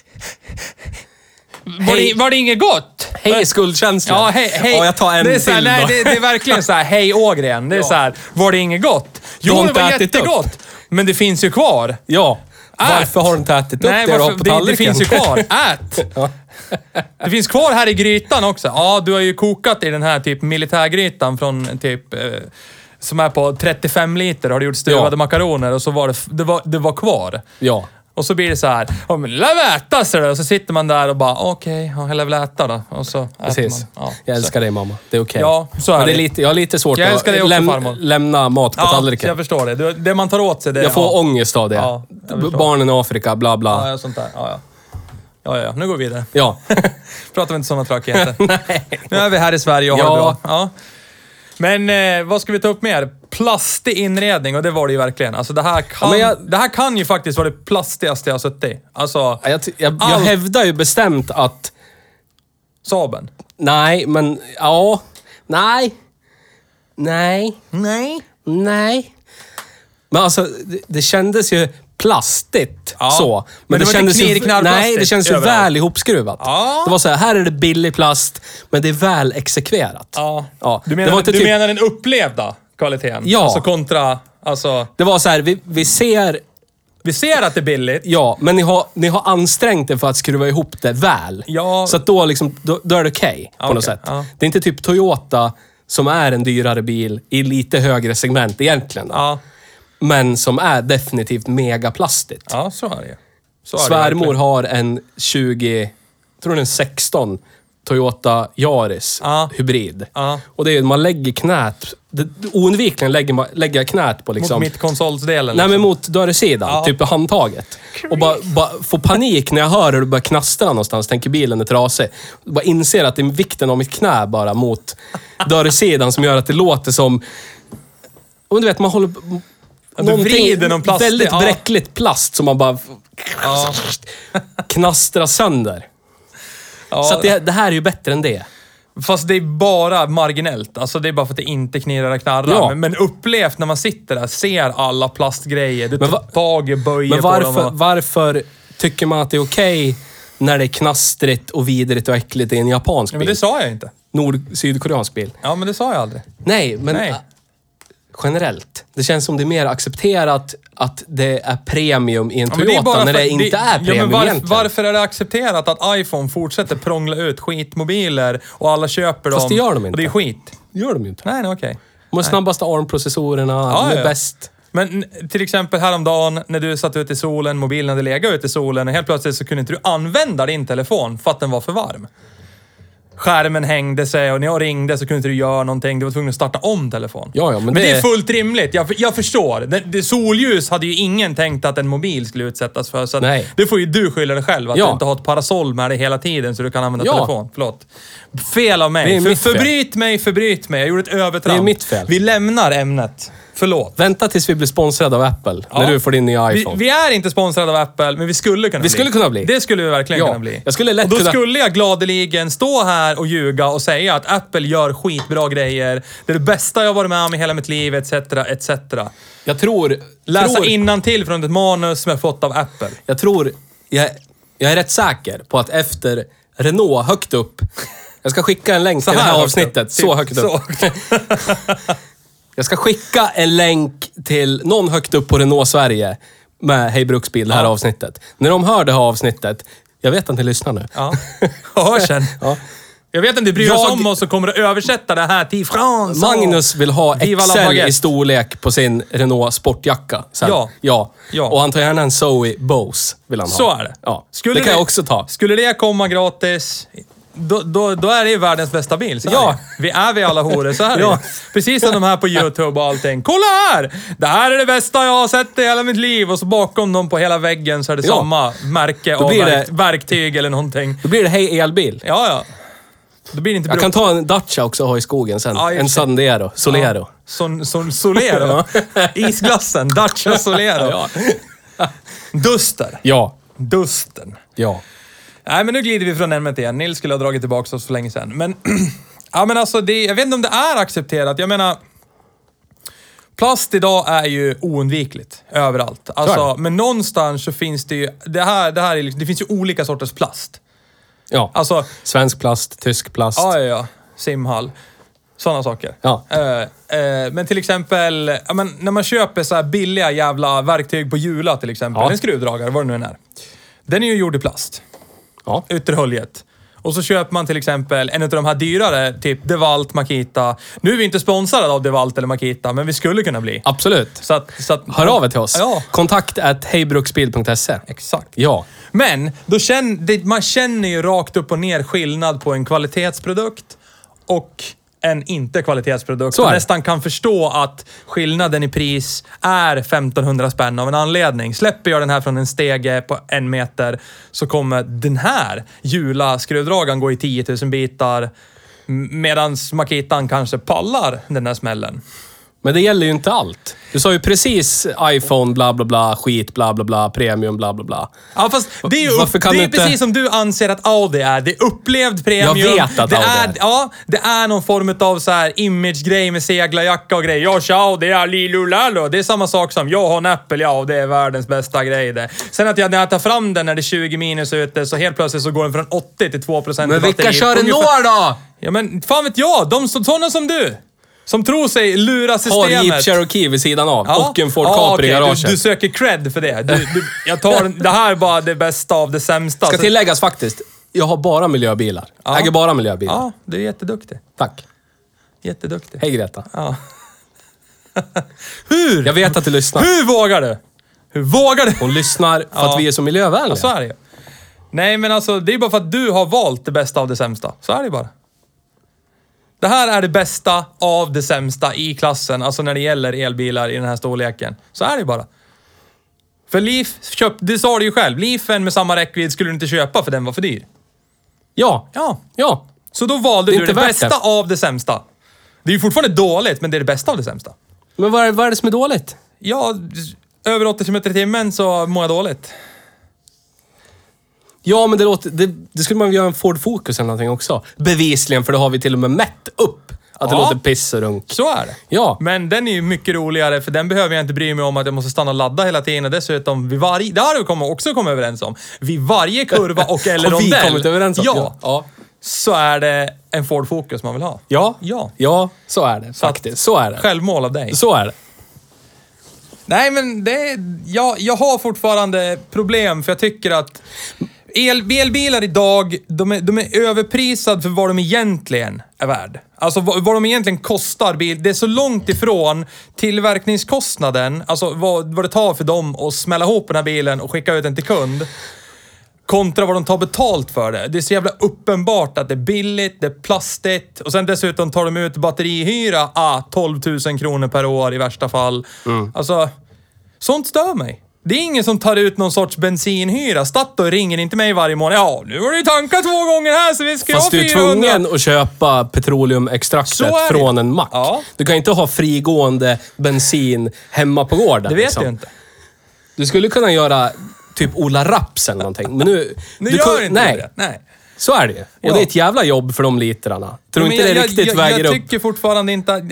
Var det inget gott? Hej skuldkänsla. Ja, hej. Ja, jag tar en det är så här, till nej, då. det är verkligen så här, hej Ågren. Det är så här, var det inget gott? Jo, det var jättegott. Men det finns ju kvar. Ja. Varför har du inte ätit upp det du har på tallriken? Det finns ju kvar. Ät! Ja. Det finns kvar här i grytan också. Ja, du har ju kokat i den här typ militärgrytan från typ... som är på 35 liter. Har du gjort stuvade makaroner och så var det var kvar. Ja. Och så blir det så här, men lär vi äta, så och så sitter man där och bara, okej, jag lär väl äta då. Och så äter man. Ja, jag älskar dig mamma, det är okej. Ja, så är det. Jag har lite svårt att lämna mat på tallriken. Jag förstår det. Det man tar åt sig, det... Jag får ångest av det. Ja, barnen i Afrika, bla bla. Ja, sånt där. Ja. Nu går vi vidare. Ja. Pratar vi inte sådana tråkigheter. Nej. Nu är vi här i Sverige och har det bra. Ja. Men vad ska vi ta upp mer? Plastig inredning, och det var det ju verkligen. Alltså det här kan ju faktiskt vara det plastigaste jag har suttit i. Alltså, jag hävdar ju bestämt att... Saaben? Nej, men... Ja. Nej. Men alltså, det kändes ju plastigt så. Men det kändes ju... Nej, det känns ju väl ihopskruvat. Ja. Det var så här är det billig plast, men det är väl exekverat. Ja. Du menar den upplevda kvaliteten? Ja. Alltså kontra... Alltså... Det var så här, vi ser... Vi ser att det är billigt. Ja, men ni har ansträngt er för att skruva ihop det väl. Ja. Så att då är det okej, på något sätt. Ja. Det är inte typ Toyota som är en dyrare bil i lite högre segment egentligen. Ja. Men som är definitivt megaplastigt. Ja, så är det. Så är det Svärmor verkligen. har en 16 Toyota Yaris hybrid. Ja. Och det är man lägger knät, oundvikligen lägger knät på liksom... Mot mittkonsolsdelen. Nej, men mot dörrsidan. Ja. Typ på handtaget. Och bara får panik när jag hör hur det börjar knastra någonstans. Tänker bilen är trasig. Bara inser att det är vikten av mitt knä bara mot dörrsidan som gör att det låter som... Och du vet, man håller... vrider någon plast. Väldigt bräckligt plast som man bara knastrar sönder. Ja. Så att det här är ju bättre än det. Fast det är bara marginellt. Alltså det är bara för att det inte knirrar och knarrar. Ja. Men upplevt när man sitter där, ser alla plastgrejer. Du tar tag i böjer Men på dem. varför tycker man att det är okej när det är knastrigt och vidrigt och äckligt i en japansk bil? Men det sa jag inte. Sydkoreansk bil. Ja, men det sa jag aldrig. Nej, men Nej. Generellt. Det känns som det är mer accepterat att det är premium i en Ja, men det är Toyota bara när för- det inte är premium men egentligen. varför är det accepterat att iPhone fortsätter prångla ut skitmobiler och alla köper dem? Fast det gör de inte. Och det är skit. Det gör de ju inte. Nej, okej. De har snabbaste ARM-processorerna, de är bäst. Men till exempel häromdagen när du satt ute i solen, mobilen hade legat ute i solen och helt plötsligt så kunde inte du använda din telefon för att den var för varm. Skärmen hängde sig och när jag ringde så kunde inte du göra någonting. Du var tvungen att starta om telefon. Ja, men det är fullt rimligt. Jag förstår. Det solljus hade ju ingen tänkt att en mobil skulle utsättas för. Så att Nej. det får ju du skylla dig själv. Att du inte har ett parasoll med dig hela tiden så du kan använda telefon. Förlåt. Fel av mig. Det är mitt fel. Förbryt mig. Jag gjorde ett övertramp. Det är mitt fel. Vi lämnar ämnet. Förlåt. Vänta tills vi blir sponsrade av Apple. När du får din nya iPhone. Vi är inte sponsrade av Apple, men vi skulle kunna bli. Vi skulle kunna bli. Det skulle vi verkligen kunna bli. Jag skulle lätt och då kunna... skulle jag gladeligen stå här och ljuga och säga att Apple gör skitbra grejer. Det är det bästa jag varit med om i hela mitt liv, etc. etc. Jag tror... Läsa innantill från ett manus som jag fått av Apple. Jag är rätt säker på att efter Renault högt upp... Jag ska skicka en länk till det här avsnittet. Så högt upp. Jag ska skicka en länk till någon högt upp på Renault Sverige med Hej Bruksbil, det här avsnittet. När de hör det här avsnittet, jag vet att ni lyssnar nu. Ja, hör sen. Ja. Jag vet att ni bryr oss om oss och kommer att översätta det här till France. Magnus vill ha Viva la XL baguette. i storlek på sin Renault sportjacka. Sen. Ja. Och han tar gärna en Zoe Bose, vill han ha. Så är det. Ja. Det kan jag också ta. Skulle det komma gratis, då är det ju världens bästa bil. Så vi är alla horor. Så här är det. Precis som de här på YouTube och allting. Kolla här! Det här är det bästa jag har sett i hela mitt liv. Och så bakom dem på hela väggen så är det samma märke av verktyg eller någonting. Då blir det Hej Elbil. Ja. Då blir det inte bra. Jag kan ta en Dacia också och ha i skogen sen. En Sandero. Solero. Solero. Isglassen. Dacia Solero. Duster. Ja. Dusten. Ja. Nej, men nu glider vi från ämnet igen. Nils skulle ha dragit tillbaka oss för länge sedan. Men, ja, men alltså, jag vet inte om det är accepterat. Jag menar, plast idag är ju oundvikligt överallt. Alltså, men någonstans så finns det ju, det finns ju olika sorters plast. Ja. Alltså, svensk plast, tysk plast. Ja. Simhall. Sådana saker. Ja. Men till exempel, när man köper så här billiga jävla verktyg på Jula till exempel. En skruvdragare, vad det nu än är. Den är ju gjord i plast. Ja. Ytterhöljet. Och så köper man till exempel en av de här dyrare, typ DeWalt, Makita. Nu är vi inte sponsrade av DeWalt eller Makita, men vi skulle kunna bli. Absolut. Så att, hör av er till oss. Ja. kontakt@hejbruksbil.se. Exakt. Ja. Men man känner ju rakt upp och ner skillnad på en kvalitetsprodukt och en inte-kvalitetsprodukt. Så är Man det. nästan kan förstå att skillnaden i pris är 1500 spänn av en anledning. Släpper jag den här från en stege på 1 meter så kommer den här Jula-skruvdragaren gå i 10 000 bitar medan Makitan kanske pallar den här smällen. Men det gäller ju inte allt. Du sa ju precis iPhone, bla bla bla, skit, bla bla bla, premium, bla bla bla. Ja, fast det är ju precis som du anser att Audi är. Det är upplevd premium. Jag vet att det Audi är. är. Ja, det är någon form av så här image-grej med seglarjacka och grej. Ja, ciao, det är lilulalo. Det är samma sak som jag har en Apple, ja, det är världens bästa grej det. Sen att när jag tar fram den när det är 20 minus ute så helt plötsligt så går den från 80 till 2% Men vilka kör Renault då? Ja, men fan vet jag. Sådana som du. Som tror sig lura systemet. Har Jeep Cherokee vid sidan av och en Ford Capri i garaget. Du söker cred för det. Jag tar det här är bara det bästa av det sämsta. Ska tilläggas faktiskt, jag har bara miljöbilar. Äger bara miljöbilar. Ja, du är jätteduktig. Tack. Jätteduktig. Hej Greta. Ja. Hur? Jag vet att du lyssnar. Hur vågar du? Hur vågar du? Hon lyssnar för att vi är så miljövänliga. Ja, så är det ju. Nej, men alltså, det är bara för att du har valt det bästa av det sämsta. Så är det bara. Det här är det bästa av det sämsta i klassen, alltså när det gäller elbilar i den här storleken. Så är det bara. För Leaf, det sa du ju själv, Leafen med samma räckvidd skulle du inte köpa för den var för dyr. Ja. Så då valde du det värt bästa av det sämsta. Det är ju fortfarande dåligt, men det är det bästa av det sämsta. Men vad är det som är dåligt? Ja, över 80 km i timmen så mår jag dåligt. Ja, men det skulle man göra en Ford Focus eller någonting också. Bevisligen, för då har vi till och med mätt upp att det låter piss och runk. Så är det. Ja. Men den är ju mycket roligare, för den behöver jag inte bry mig om att jag måste stanna och ladda hela tiden. Och dessutom, det har vi också kommit överens om. Vid varje kurva och eller Har vi rondell. kommit överens om? Ja. Så är det en Ford Focus man vill ha. Ja, så är det Så faktiskt. Så är det. Självmål av dig. Så är det. Nej, men jag har fortfarande problem, för jag tycker att elbilar idag, de är överprisade för vad de egentligen är värd. Alltså vad de egentligen kostar. Det är så långt ifrån tillverkningskostnaden, alltså vad det tar för dem att smälla ihop den här bilen och skicka ut den till kund, kontra vad de tar betalt för det. Det är så jävla uppenbart att det är billigt, det är plastigt. Och sen dessutom tar de ut batterihyra 12 000 kronor per år i värsta fall. Alltså, sånt stör mig. Det är ingen som tar ut någon sorts bensinhyra. Statoil ringer inte mig varje månad. Ja, nu har du tankat 2 gånger här så vi ska ha 400. Fast du är tvungen att köpa petroleumextraktet från en mack. Ja. Du kan inte ha frigående bensin hemma på gården. Det vet jag inte. Du skulle kunna göra typ Ola Raps eller någonting. Men nu gör inte det. Nej. Så är det ju. Och det är ett jävla jobb för de litrarna. Tror inte det riktigt väger upp. Jag tycker fortfarande inte...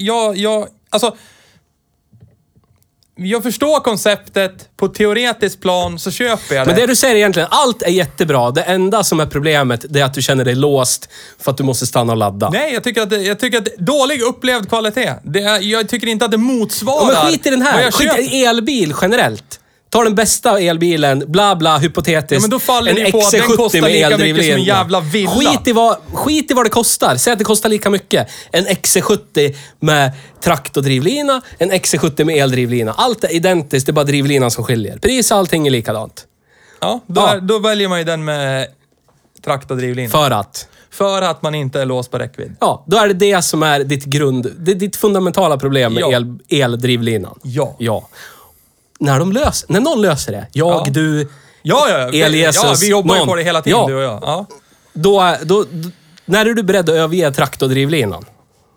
Jag förstår konceptet. På teoretiskt plan så köper jag det. Men det du säger egentligen, allt är jättebra. Det enda som är problemet, det är att du känner dig låst för att du måste stanna och ladda. Nej, jag tycker att dålig upplevd kvalitet. Jag tycker inte att det motsvarar... Ja, men skit i den här. Skit i elbil generellt. Ta den bästa elbilen, bla bla, hypotetiskt. Ja, men då faller det ju på att den kostar lika mycket som en jävla villa. Skit i vad det kostar. Säg att det kostar lika mycket. En XC70 med traktordrivlina, en XC70 med eldrivlina. Allt är identiskt, det är bara drivlinan som skiljer. Pris och allting är likadant. Ja, då väljer man ju den med traktordrivlina. För att man inte är låst på räckvidd. Ja, då är det som är ditt fundamentala problem med eldrivlinan. Ja. När någon löser det, du, Elias, vi jobbar ju på det hela tiden, du och jag. Ja. Då, när är du beredd att överge traktordrivlinan?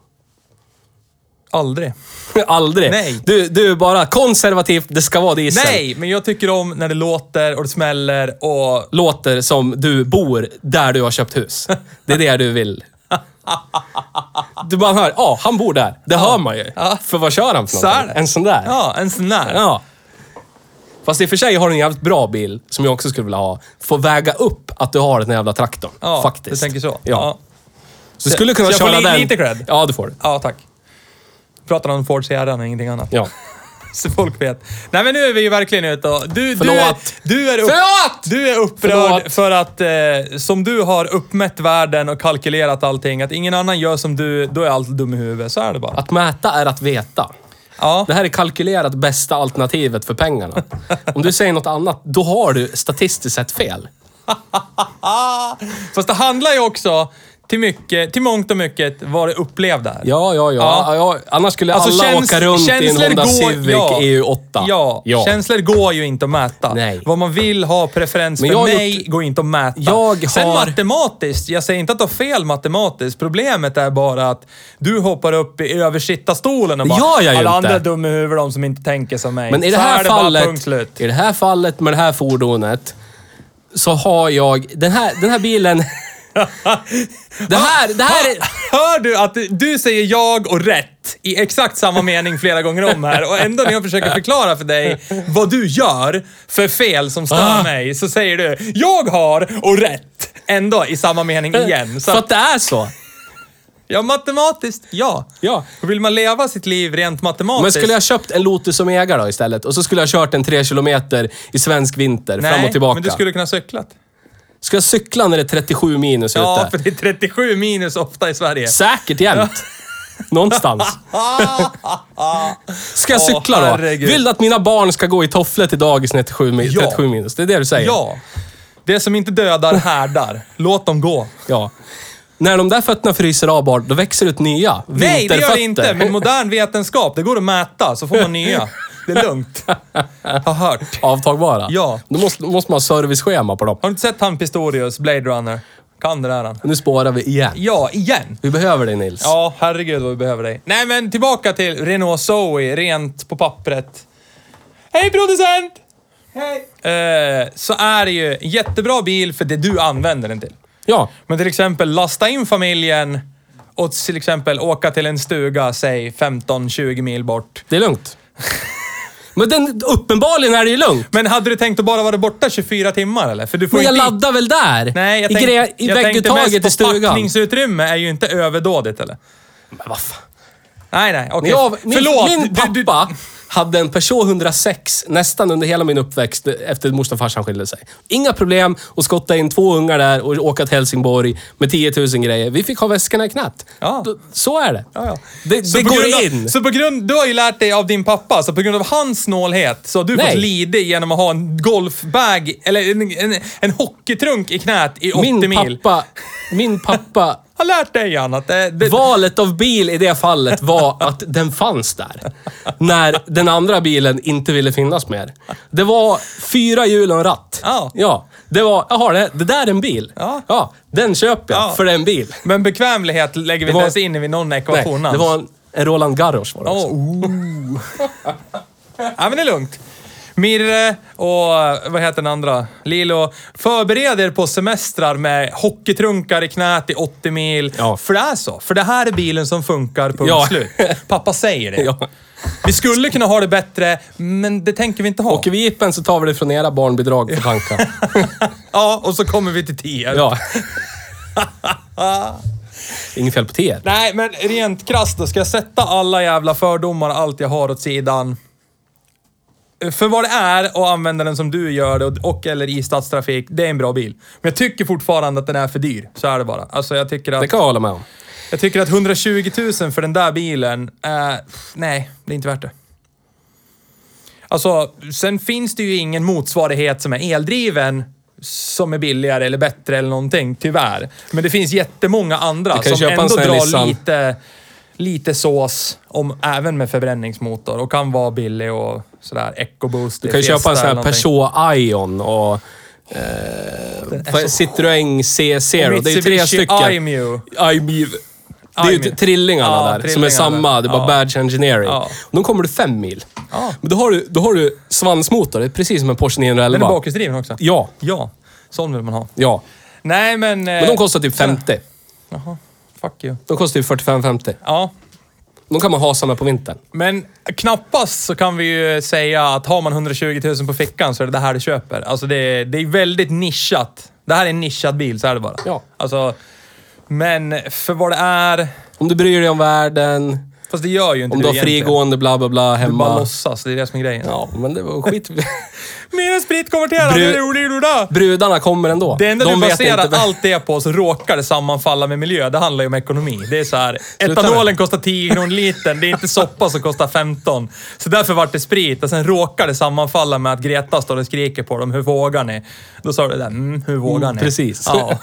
Aldrig. Aldrig? Nej. Du är bara konservativt, det ska vara diesel. Nej, men jag tycker om när det låter och det smäller och... Låter som du bor där du har köpt hus. Det är det du vill. Du bara hör, han bor där. Det hör man ju. Ja. För vad kör han för någonting? En sån där. Ja, en sån där. Ja. Fast i och för sig har du en jävligt bra bil, som jag också skulle vilja ha. Får väga upp att du har den jävla traktorn. Ja, faktiskt. du tänker så. Ja. Så du skulle kunna köra den... Jag får lite cred. Ja, det får du. Ja, tack. Pratar om Ford Sierra och ingenting annat. Ja. Så folk vet. Nej, men nu är vi ju verkligen ute och... Du är upprörd för att som du har uppmätt världen och kalkylerat allting. Att ingen annan gör som du, då är allt dum i huvudet. Så är det bara. Att mäta är att veta. Ja. Det här är kalkylerat bästa alternativet för pengarna. Om du säger något annat, då har du statistiskt sett fel. Fast det handlar ju också till mångt och mycket vad det upplevde här. Ja. Annars skulle alla åka runt i en Honda Civic EU8. Ja, känslor går ju inte att mäta. Nej. Vad man vill ha preferens för mig går inte att mäta. Sen matematiskt, jag säger inte att du har fel matematiskt. Problemet är bara att du hoppar upp i översittarstolen och bara, alla andra är dumma i huvudet, de som inte tänker som mig. Men i det här fallet med det här fordonet så har jag den här bilen. Det här är... Hör du att du säger jag och rätt i exakt samma mening flera gånger om här, och ändå när jag försöker förklara för dig vad du gör för fel som stör mig, så säger du jag har och rätt ändå i samma mening igen. Så att det är så. Ja, matematiskt, ja. Och vill man leva sitt liv rent matematiskt... Men skulle jag köpt en Lotus Omega då istället? Och så skulle jag kört en 3 kilometer i svensk vinter, fram och tillbaka. Men du skulle kunna cykla. Ska jag cykla när det är 37 minus ute? Ja, för det är 37 minus ofta i Sverige. Säkert jämt. Någonstans. Ska jag cykla då? herregud. Vill du att mina barn ska gå i toffle till dagis ner till 37 minus? Det är det du säger? Ja. Det som inte dödar härdar. Låt dem gå. Ja. När de där fötterna fryser av bara, då växer det ut nya Nej, det gör det vinterfötter. inte. Med modern vetenskap, det går att mäta, så får man nya. Det är lugnt. Har hört. Avtagbara? Ja. Då måste man ha serviceschema på dem. Har du inte sett han Pistorius, Blade Runner? Kan det där han. Nu spårar vi igen. Ja, igen. Vi behöver dig, Nils. Ja, herregud vad vi behöver dig. Nej, men tillbaka till Renault Zoe, rent på pappret. Hej producent! Hej! Så är det ju en jättebra bil för det du använder den till. Ja. Men till exempel lasta in familjen och till exempel åka till en stuga, säg 15-20 mil bort. Det är lugnt. Men uppenbarligen är det ju lugnt. Men hade du tänkt att bara vara borta 24 timmar eller? För du får Men jag inte... laddar väl där? Nej, jag I tänkte vägguttaget i mest på stugan. packningsutrymme är ju inte överdådigt eller? Men vad fan. Nej, okej. Förlåt. Min pappa hade en Peugeot 106 nästan under hela min uppväxt efter morsan och farsan skilde sig. Inga problem att skotta in 2 ungar där och åka till Helsingborg med 10 000 grejer. Vi fick ha väskorna i knät. Ja. Så är det. Ja. Det går in. Så du har ju lärt dig av din pappa, så på grund av hans snålhet så har du fått lida genom att ha en golfbag eller en hockeytrunk i knät i 80 mil. Min pappa har lärt dig annat. Valet av bil i det fallet var att den fanns där. När den andra bilen inte ville finnas mer. Det var 4 hjul och en ratt. Ja. Det var, jaha, det där är en bil. Ja, den köper jag för en bil. Men bekvämlighet lägger vi inte ens in i någon ekvation. Nej, det var en Roland Garros var det också. Ja, men det är lugnt. Mirre och, vad heter den andra? Lilo. Förbered er på semestrar med hockeytrunkar i knät i 80 mil. Ja. För det är så. För det här är bilen som funkar, punkt slut. Pappa säger det. Ja. Vi skulle kunna ha det bättre, men det tänker vi inte ha. Åker vi Jeepen så tar vi det från era barnbidrag på tanka. Ja, och så kommer vi till 10. Ja. Inget fel på 10. Nej, men rent krasst då ska jag sätta alla jävla fördomar, allt jag har åt sidan. För vad det är och använda den som du gör det och eller i stadstrafik, det är en bra bil. Men jag tycker fortfarande att den är för dyr. Så är det bara. Alltså jag tycker att... Det kan jag hålla med om. Jag tycker att 120 000 för den där bilen, nej, det är inte värt det. Alltså, sen finns det ju ingen motsvarighet som är eldriven som är billigare eller bättre eller någonting, tyvärr. Men det finns jättemånga andra som ändå drar lite sås även med förbränningsmotor och kan vara billig och sådär. EcoBoost. Du kan köpa en sån här Peugeot Ion och Citroën C0. Det är 3 stycken. iMU. Det är ju trillingarna där som är samma. Det är bara badge engineering. Ja. De kommer du 5 mil. Ja. Men då har du svansmotor. Det är precis som en Porsche 911. Den är bakhjulsdriven också? Ja. Ja. Sån vill man ha. Ja. Nej, men de kostar typ 50. Jaha. Fuck you. De kostar typ 45-50. Ja. De kan man hasa med på vintern. Men knappast så kan vi ju säga att har man 120 000 på fickan så är det här du köper. Alltså det är väldigt nischat. Det här är en nischad bil, så är det bara. Ja. Alltså, men för vad det är... Om du bryr dig om världen... Fast det gör ju inte om du har frigående bla bla bla hemma. Du bara låtsas, det är det som är grejen. Ja, men det var skit. Mer spritkonverterad. Brudarna kommer ändå. Det enda du baserar allt det på så råkar det sammanfalla med miljö. Det handlar ju om ekonomi. Det är så här, etanolen kostar 10 kronor litern. Det är inte soppa som kostar 15. Så därför vart det sprit. Och sen råkar det sammanfalla med att Greta står och skriker på dem. Hur vågar ni? Då sa du där, hur vågar ni? Precis. Ja.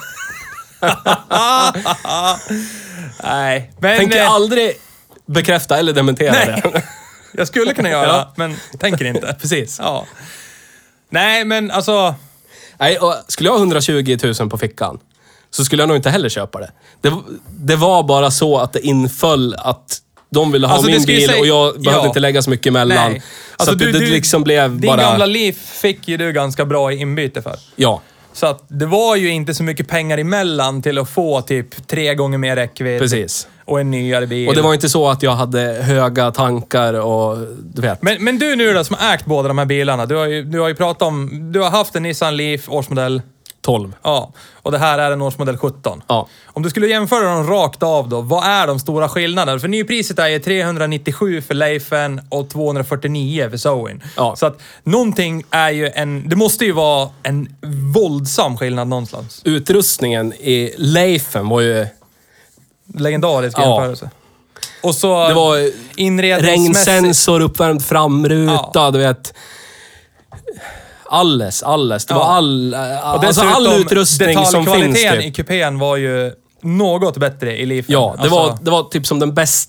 Nej. Men, tänker aldrig bekräfta eller dementera det. Jag skulle kunna göra, men tänker inte. Precis. Ja. Nej, men alltså... Nej, och skulle jag ha 120 000 på fickan så skulle jag nog inte heller köpa det. Det var bara så att det inföll att de ville ha min bil och jag behövde inte lägga så mycket emellan. Nej. Alltså så det liksom blev din bara... Din gamla Leaf fick ju du ganska bra i inbyte för. Ja. Så att det var ju inte så mycket pengar emellan till att få typ 3 gånger mer räckvidd. Precis. Och en nyare bil. Och det var inte så att jag hade höga tankar och du vet. Men du nu då som har ägt båda de här bilarna. Du har ju pratat om... Du har haft en Nissan Leaf årsmodell 12. Ja. Och det här är en årsmodell 17. Ja. Om du skulle jämföra dem rakt av då, vad är de stora skillnaderna? För nypriset är ju 397 för Leifen och 249 för Zoen. Ja. Så att någonting är ju det måste ju vara en våldsam skillnad någonstans. Utrustningen i Leifen var ju... Legendarisk jämförelse. Och så Det var inredningsmässigt. regnsensor, uppvärmd framruta, Ja. du vet. Alles. Det var Och alltså all utrustning som finns. detaljkvaliteten i Typ. kupén var ju något bättre i Leafen. Ja, Alltså, det var typ som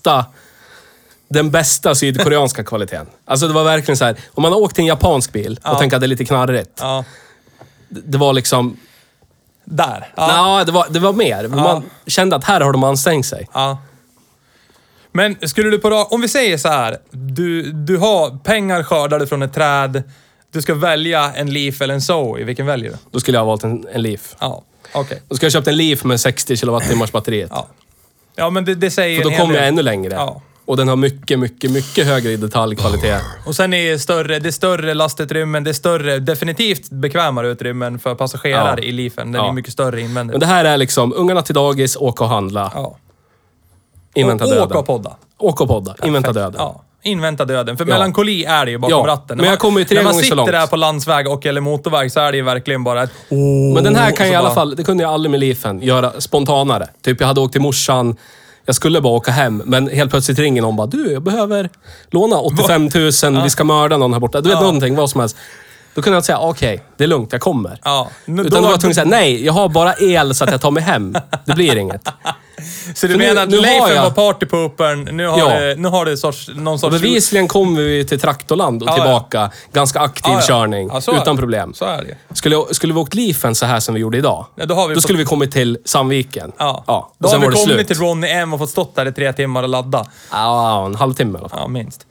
den bästa sydkoreanska kvaliteten. Alltså det var verkligen så här, om man har åkt till en japansk bil och tänker att det är lite knarrigt. Ja, Det var liksom... där. Ja. Det var mer. Man kände att här har de ansträngt sig. Ja. Men skulle du om vi säger så här, du har pengar skördade från ett träd, du ska välja en Leaf eller en Zoe, vilken väljer du? Då skulle jag ha valt en Leaf. Ja, okej. Då skulle jag köpt en Leaf med 60 kWh batteriet. Ja, men det säger För då en hel kommer jag del. ännu längre. Ja. Och den har mycket högre i detaljkvalitet. Och sen är det större lastutrymmen, det är större, definitivt bekvämare utrymmen för passagerare i Leafen. Den är mycket större invändigt. Men det här är liksom, ungarna till dagis, åka och handla. Ja. Invänta Och döden. åka och podda. Åka och podda. Invänta döden. Ja, invänta döden. För melankoli är det ju bakom ratten. Men jag kommer ju 3 gånger så När man långt. sitter där på landsväg och eller motorväg så är det ju verkligen bara ett... Men den här kan så jag i alla bara- fall, det kunde jag aldrig med Leafen, göra spontanare. Typ jag hade åkt till morsan, jag skulle bara åka hem, men helt plötsligt ringer någon bara, du, jag behöver låna 85 000, vi ska mörda någon här borta. Du vet någonting, vad som helst. Då kunde jag säga, okej, det är lugnt, jag kommer. Ja. Utan då var jag tvungen att säga, nej, jag har bara el så att jag tar mig hem. Det blir inget. Så du För menar att nu har Leifen jag- var partypoopern, nu har du någon sorts... Bevisligen kommer vi till traktorland och Ja, ja. tillbaka. Ganska aktiv Ja, ja. körning, Ja, så är utan det. problem. Så är det ju. Skulle vi åkt Leafen så här som vi gjorde idag, Ja, då skulle vi kommit till Sandviken. Ja. Och Då sen har var vi det kommit slut. till Ronny M och fått stått där i 3 timmar och ladda. Ja, en halvtimme i alla fall. Ja, minst.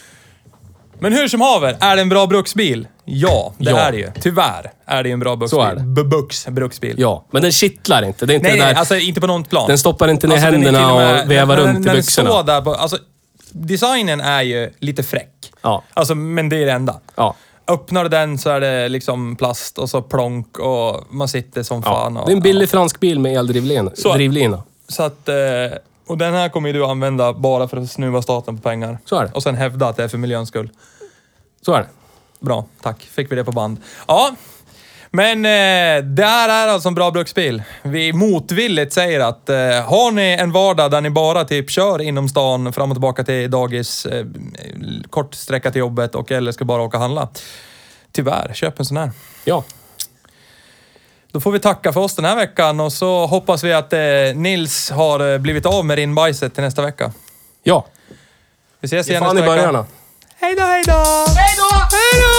Men hur som haver, är det en bra bruksbil? Ja, det Ja. är det ju. Tyvärr är det ju en bra bruksbil. Så är det. Bruksbil. Ja, men den kittlar inte. Det är inte Nej, det där. alltså inte på något plan. Den stoppar inte ner Alltså, den är händerna till med- och vevar runt i när den byxorna. står där på, alltså, designen är ju lite fräck. Ja. Alltså, men det är det enda. Ja. Öppnar du den så är det liksom plast och så plonk och man sitter som fan. Det Och, är en billig fransk bil med eldrivlina. Så. Så att... Och den här kommer ju du använda bara för att snuva staten på pengar. Så är det. Och sen hävda att det är för miljöns skull. Så är det. Bra, tack. Fick vi det på band. Ja, men det här är alltså en bra bruksbil. Vi motvilligt säger att har ni en vardag där ni bara typ kör inom stan, fram och tillbaka till dagis, kort sträcka till jobbet och eller ska bara åka och handla. Tyvärr, köp en sån här. Ja. Då får vi tacka för oss den här veckan och så hoppas vi att Nils har blivit av med rinbajset till nästa vecka. Ja. Vi ses Ge igen fan i nästa vecka. börjarna. Hej då, hej då! Hej då! Hej då!